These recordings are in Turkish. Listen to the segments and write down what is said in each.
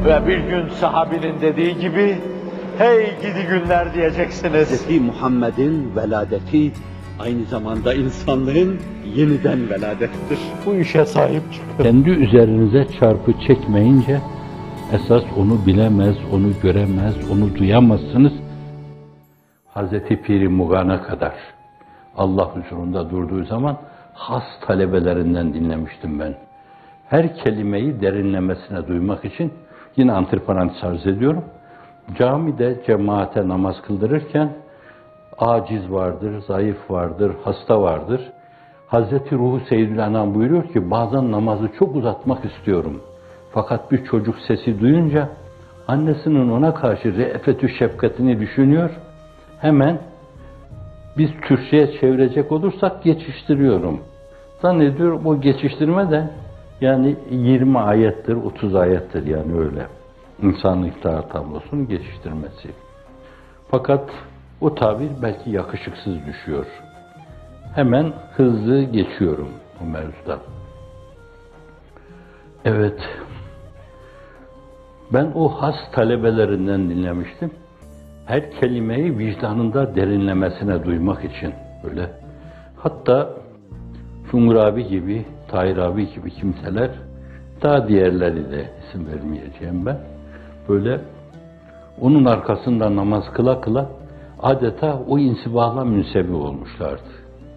Ve bir gün sahabinin dediği gibi, hey gidi günler diyeceksiniz. Hz. Muhammed'in veladeti aynı zamanda insanlığın yeniden veladettir. Bu işe sahip çıkın. Kendi üzerinize çarpı çekmeyince, esas onu bilemez, onu göremez, onu duyamazsınız. Hazreti Pir-i Mugan'a kadar Allah huzurunda durduğu zaman has talebelerinden dinlemiştim ben. Her kelimeyi derinlemesine duymak için, yine antiparantez arz ediyorum, camide cemaate namaz kıldırırken aciz vardır, zayıf vardır, hasta vardır. Hazreti Ruhu Seyyidül Enam buyuruyor ki bazen namazı çok uzatmak istiyorum. Fakat bir çocuk sesi duyunca annesinin ona karşı re'fetü şefkatini düşünüyor. Hemen biz Türkçe'ye çevirecek olursak geçiştiriyorum. Zannediyorum o geçiştirme de yani 20 ayettir, 30 ayettir yani öyle. İnsanlık iftihar tablosunun geçiştirmesi. Fakat o tabir belki yakışıksız düşüyor. Hemen hızlı geçiyorum o mevzudan. Evet, ben o has talebelerinden dinlemiştim. Her kelimeyi vicdanında derinlemesine duymak için böyle. Hatta Sungur abi gibi, Tahir abi gibi kimseler, daha diğerleri de isim vermeyeceğim ben. Böyle onun arkasında namaz kıla kıla adeta o insibahla münsebi olmuşlardı.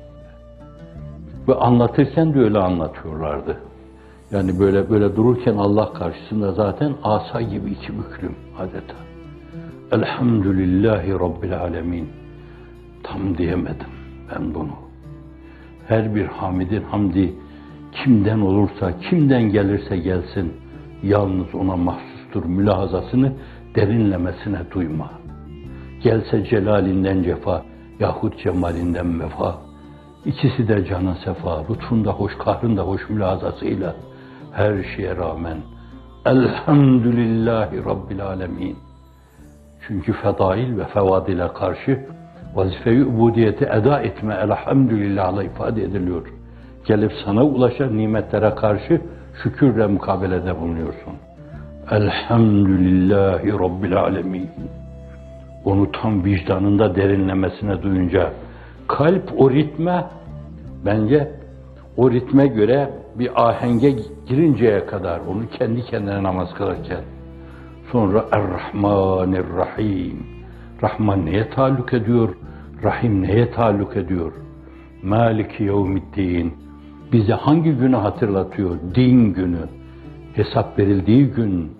Ve anlatırken de öyle anlatıyorlardı. Yani böyle dururken Allah karşısında zaten asa gibi iki büklüm adeta. Elhamdülillahi Rabbil alemin. Tam diyemedim ben bunu. Her bir hamidin hamdi kimden olursa, kimden gelirse gelsin, yalnız ona mahsustur mülahazasını derinlemesine duyma. Gelse celalinden cefa, yahut cemalinden vefa. İkisi de cana sefa, lütfunda hoş, kahrında hoş mülahazasıyla her şeye rağmen Elhamdülillahi Rabbil alemin. Çünkü fedail ve fevadile karşı vazife-i ubudiyeti eda etme elhamdülillah'la ifade ediliyor. Gelip sana ulaşan nimetlere karşı şükürle mukabelede bulunuyorsun. Elhamdülillahi Rabbil alemin. Onu tam vicdanında derinlemesine duyunca kalp o ritme, bence o ritme göre bir ahenge girinceye kadar onu kendi kendine namaz kılarken sonra Er-Rahmanir-Rahim. Rahman neye taalluk ediyor? Rahim neye taalluk ediyor? Maliki yevmiddin. Bize hangi günü hatırlatıyor? Din günü. Hesap verildiği gün.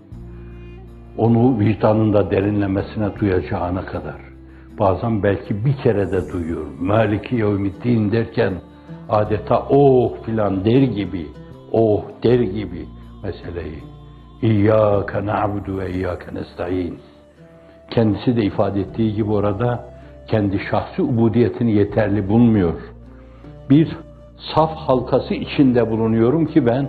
Onu vicdanında derinlemesine duyacağına kadar. Bazen belki bir kere de duyuyor. Maliki yevmiddin derken adeta oh filan der gibi, oh der gibi meseleyi. İyyâke na'budu ve iyyâke nesta'in. Kendisi de ifade ettiği gibi orada kendi şahsi ubudiyetini yeterli bulmuyor. Bir saf halkası içinde bulunuyorum ki ben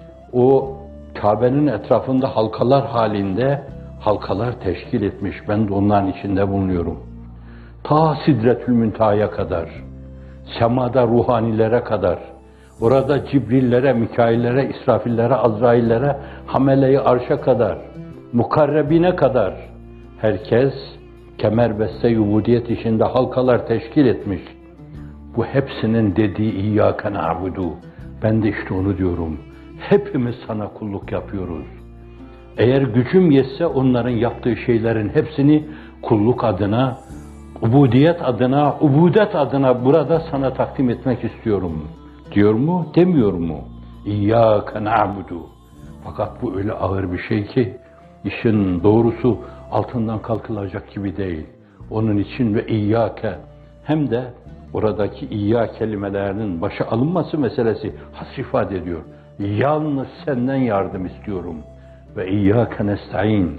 o Kabe'nin etrafında halkalar halinde halkalar teşkil etmiş. Ben de onların içinde bulunuyorum. Ta Sidretül Münteha'ya kadar, semada ruhanilere kadar, orada Cibril'lere, Mikail'lere, İsrafil'lere, Azrail'lere, Hamele-i Arş'a kadar, mukarrebine kadar herkes kemerbeste ubudiyet içinde halkalar teşkil etmiş. Bu hepsinin dediği İyyâke na'budu. Ben de işte onu diyorum. Hepimiz sana kulluk yapıyoruz. Eğer gücüm yetse onların yaptığı şeylerin hepsini kulluk adına, ubudiyet adına, ubudet adına burada sana takdim etmek istiyorum. Diyor mu, demiyor mu? İyyâke na'budu. Fakat bu öyle ağır bir şey ki işin doğrusu altından kalkılacak gibi değil. Onun için ve İyyâke hem de oradaki İyyâ kelimelerinin başa alınması meselesi has ifade ediyor. Yalnız senden yardım istiyorum. Ve İyyâke nesta'in.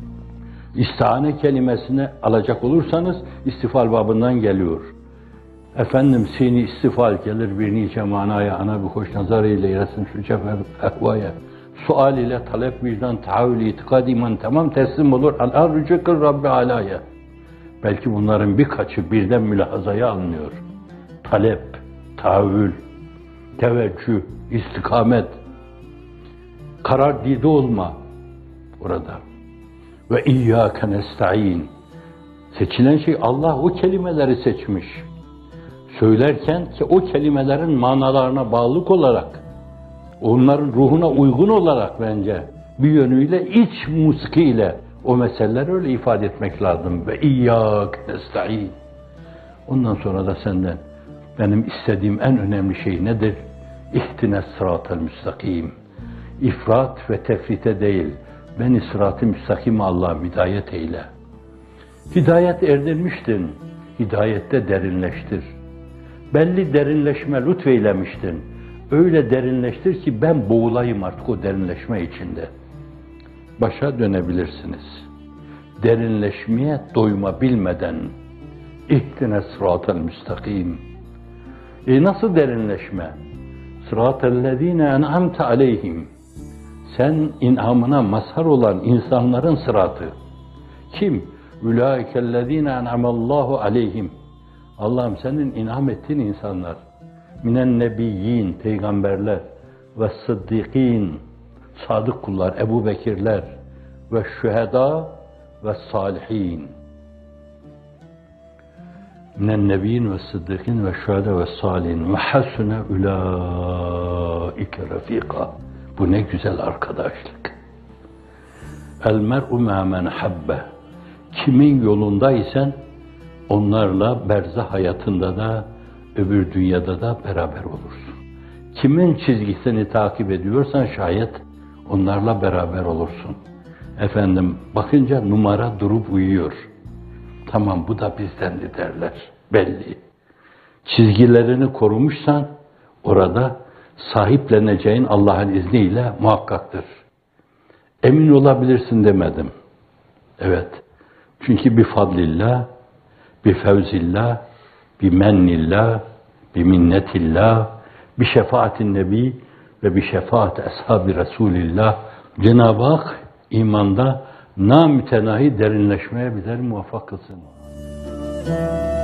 İstihane kelimesini alacak olursanız istifal babından geliyor. Efendim seni istifal gelir bir nice manaya ana bir hoş nazar ile eylesin şu cefer ehvaya. Sual ile talep vicdan tahavül itikad iman tamam teslim olur. Al rücükül Rabbi alaya. Belki bunların birkaçı birden mülahazaya alınıyor. Talep, tahavül, teveccüh, istikamet, karar dide olma, orada. Ve iyyâke nesta'in. Seçilen şey Allah o kelimeleri seçmiş. Söylerken ki o kelimelerin manalarına bağlılık olarak, onların ruhuna uygun olarak bence bir yönüyle iç muskiyle o meseleleri öyle ifade etmek lazım. Ve iyyâke nesta'in. Ondan sonra da senden benim istediğim en önemli şey nedir? İhtines sıratel müstakim. İfrat ve tefrite değil, beni sırat-ı müstakime Allah'ım hidayet eyle. Hidayet erdirmiştin, hidayette derinleştir. Belli derinleşme lütfeylemiştin. Öyle derinleştir ki ben boğulayım artık o derinleşme içinde. Başa dönebilirsiniz. Derinleşmeye doyma bilmeden İhtine sıratel müstakim. Nasıl derinleşme? Sıratellezine en'amte aleyhim. Sen inamına mazhar olan insanların sıratı. Kim? Ulaikellezine en'amallahu aleyhim. Allah'ım senin inam ettiğin insanlar. Minen nebiyyin, peygamberler ve sıddıkîn, sadık kullar, Ebu Bekirler ve şühedâ ve salihin. Minen nebiyyin ve sıddıkîn ve şühedâ ve salihin ve hasune ulaike refîkâ. Bu ne güzel arkadaşlık. El mer'u mâ men habbe. Kimin yolundaysan onlarla berzah hayatında da öbür dünyada da beraber olursun. Kimin çizgisini takip ediyorsan şayet onlarla beraber olursun. Efendim bakınca numara durup uyuyor. Tamam bu da bizdendi derler. Belli. Çizgilerini korumuşsan orada sahipleneceğin Allah'ın izniyle muhakkaktır. Emin olabilirsin demedim. Evet. Çünkü bir fadlillah, bir fevzillah, bir mennillah, bir minnetillah, bir şefaatin nebi ve bir şefaat ashab-ı Resulillah Cenab-ı Hak imanda namütenahi derinleşmeye bize muvaffak kılsın.